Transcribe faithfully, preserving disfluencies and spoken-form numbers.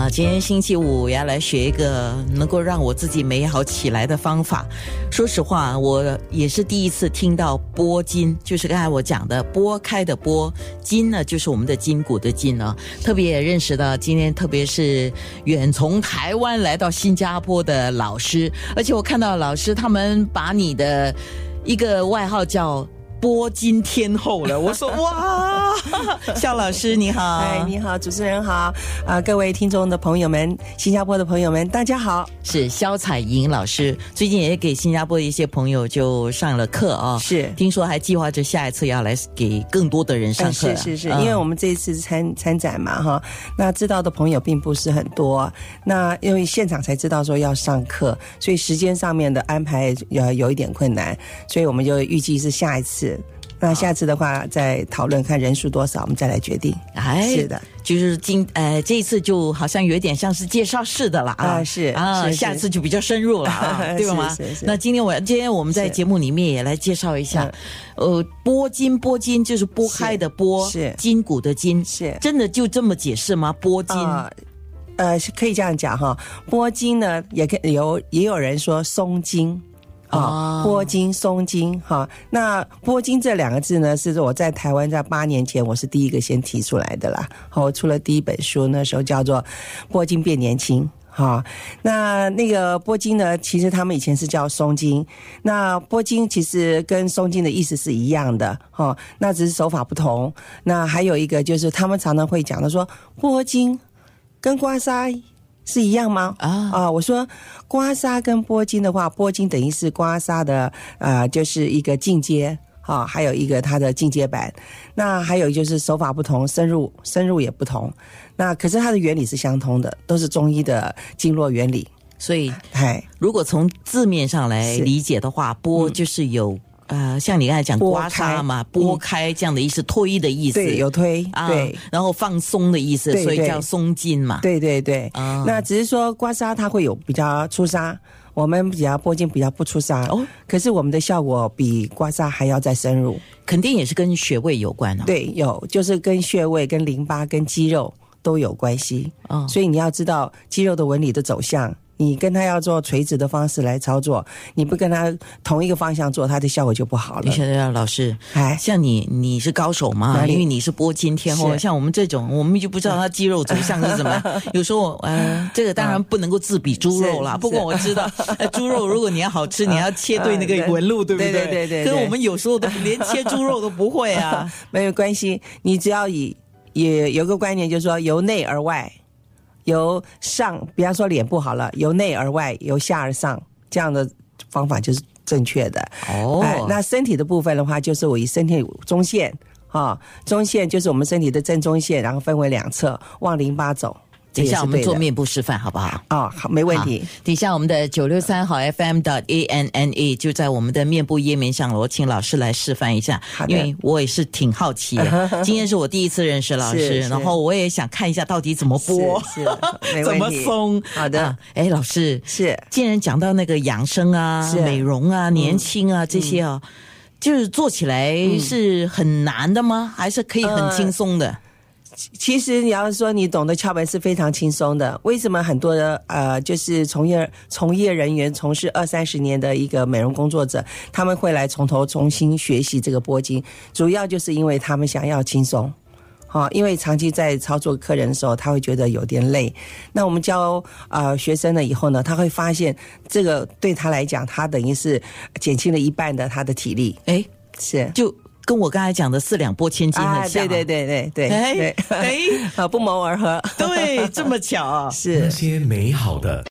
啊，今天星期五要来学一个能够让我自己美好起来的方法。说实话，我也是第一次听到拨筋，就是刚才我讲的拨开的拨，筋呢就是我们的筋骨的筋啊。特别也认识到今天特别是远从台湾来到新加坡的老师，而且我看到老师他们把你的一个外号叫拨筋天后了，我说哇，肖老师你好。 哎，你好，主持人好，啊、呃，各位听众的朋友们，新加坡的朋友们，大家好。 是肖彩莹老师，最近也给新加坡的一些朋友就上了课啊、哦， 是， 听说还计划着下一次要来给更多的人上课、 呃。是是是、 嗯， 因为我们这一次参参展嘛哈，那知道的朋友并不是很多，那因为现场才知道说要上课，所以时间上面的安排呃有一点困难，所以我们就预计是下一次。那下次的话再讨论看人数多少，我们再来决定。 哎， 是的， 就是今呃这一次就好像有一点像是介绍式的了啊， 啊是啊是是下次就比较深入了啊，对吗？ 是是是。 那今天我今天我们在节目里面也来介绍一下，呃，拨筋拨筋就是拨开的拨， 是筋骨的筋， 是真的就这么解释吗？拨筋？ 呃呃，可以这样讲哈，拨筋呢，也可以有也有人说松筋。啊，拨筋、松筋，哈，那拨筋这两个字呢，是我在台湾在八年前我是第一个先提出来的啦。好，我出了第一本书，那时候叫做《拨筋变年轻》。哈，那那个拨筋呢，其实他们以前是叫松筋。那拨筋其实跟松筋的意思是一样的，哈，那只是手法不同。那还有一个就是他们常常会讲的说，拨筋跟刮痧是一样吗？啊啊，我说刮痧跟拨筋的话，拨筋等于是刮痧的呃，就是一个进阶啊，还有一个它的进阶版。那还有就是手法不同，深入深入也不同。那可是它的原理是相通的，都是中医的经络原理。 所以，如果从字面上来理解的话，拨就是有。嗯呃，像你刚才讲刮痧嘛，拨开这样的意思，推的意思， 对，有推， 啊、 对， 然后放松的意思， 对对， 所以叫松筋嘛。 对对对， 啊、 那只是说刮痧它会有比较出痧，我们比较拨筋比较不出痧，哦，可是我们的效果比刮痧还要再深入， 肯定也是跟穴位有关哦。 对，有，就是跟穴位、跟淋巴、跟肌肉都有关系，哦，所以你要知道肌肉的纹理的走向。你跟他要做垂直的方式来操作，你不跟他同一个方向做，他的效果就不好了。 你晓得老师，哎，像你你是高手嘛，因为你是拨筋天后，像我们这种，我们就不知道他肌肉走向是什么。有时候，呃，这个当然不能够自比猪肉啦。不过我知道，呃，猪肉如果你要好吃，你要切对那个纹路，对不对？ 对对对对。 可是我们有时候都连切猪肉都不会啊。 没有关系，你只要以也有个观念，就是说由内而外。由上，比方说脸部好了，由内而外，由下而上，这样的方法就是正确的。 哦， 哎，那身体的部分的话，就是我以身体中线，啊，中线就是我们身体的正中线，然后分为两侧，往淋巴走。 等一下我们做面部示范好不好？ 哦，好，没问题。 底下我们的九六三好 F M 的 A N N A 就在我们的面部页面上了，我请老师来示范一下，因为我也是挺好奇的。今天是我第一次认识老师，然后我也想看一下到底怎么拨， 是，是没问题， 怎么松。 好的， 哎、啊，老师是， 既然讲到那个养生啊、美容啊、年轻啊、嗯、这些啊，就是做起来是很难的吗？嗯、还是可以很轻松的？呃其实你要说你懂得窍门是非常轻松的。为什么很多的呃，就是从业从业人员从事二三十年的一个美容工作者，他们会来从头重新学习这个拨筋，主要就是因为他们想要轻松。好，因为长期在操作客人的时候，他会觉得有点累。那我们教呃学生了以后呢，他会发现这个对他来讲，他等于是减轻了一半的他的体力。 哎， 是就。跟我刚才讲的四两拨千斤很像、啊啊，对对对对对， 哎哎， 不谋而合， 对，这么巧啊， 是那些美好的。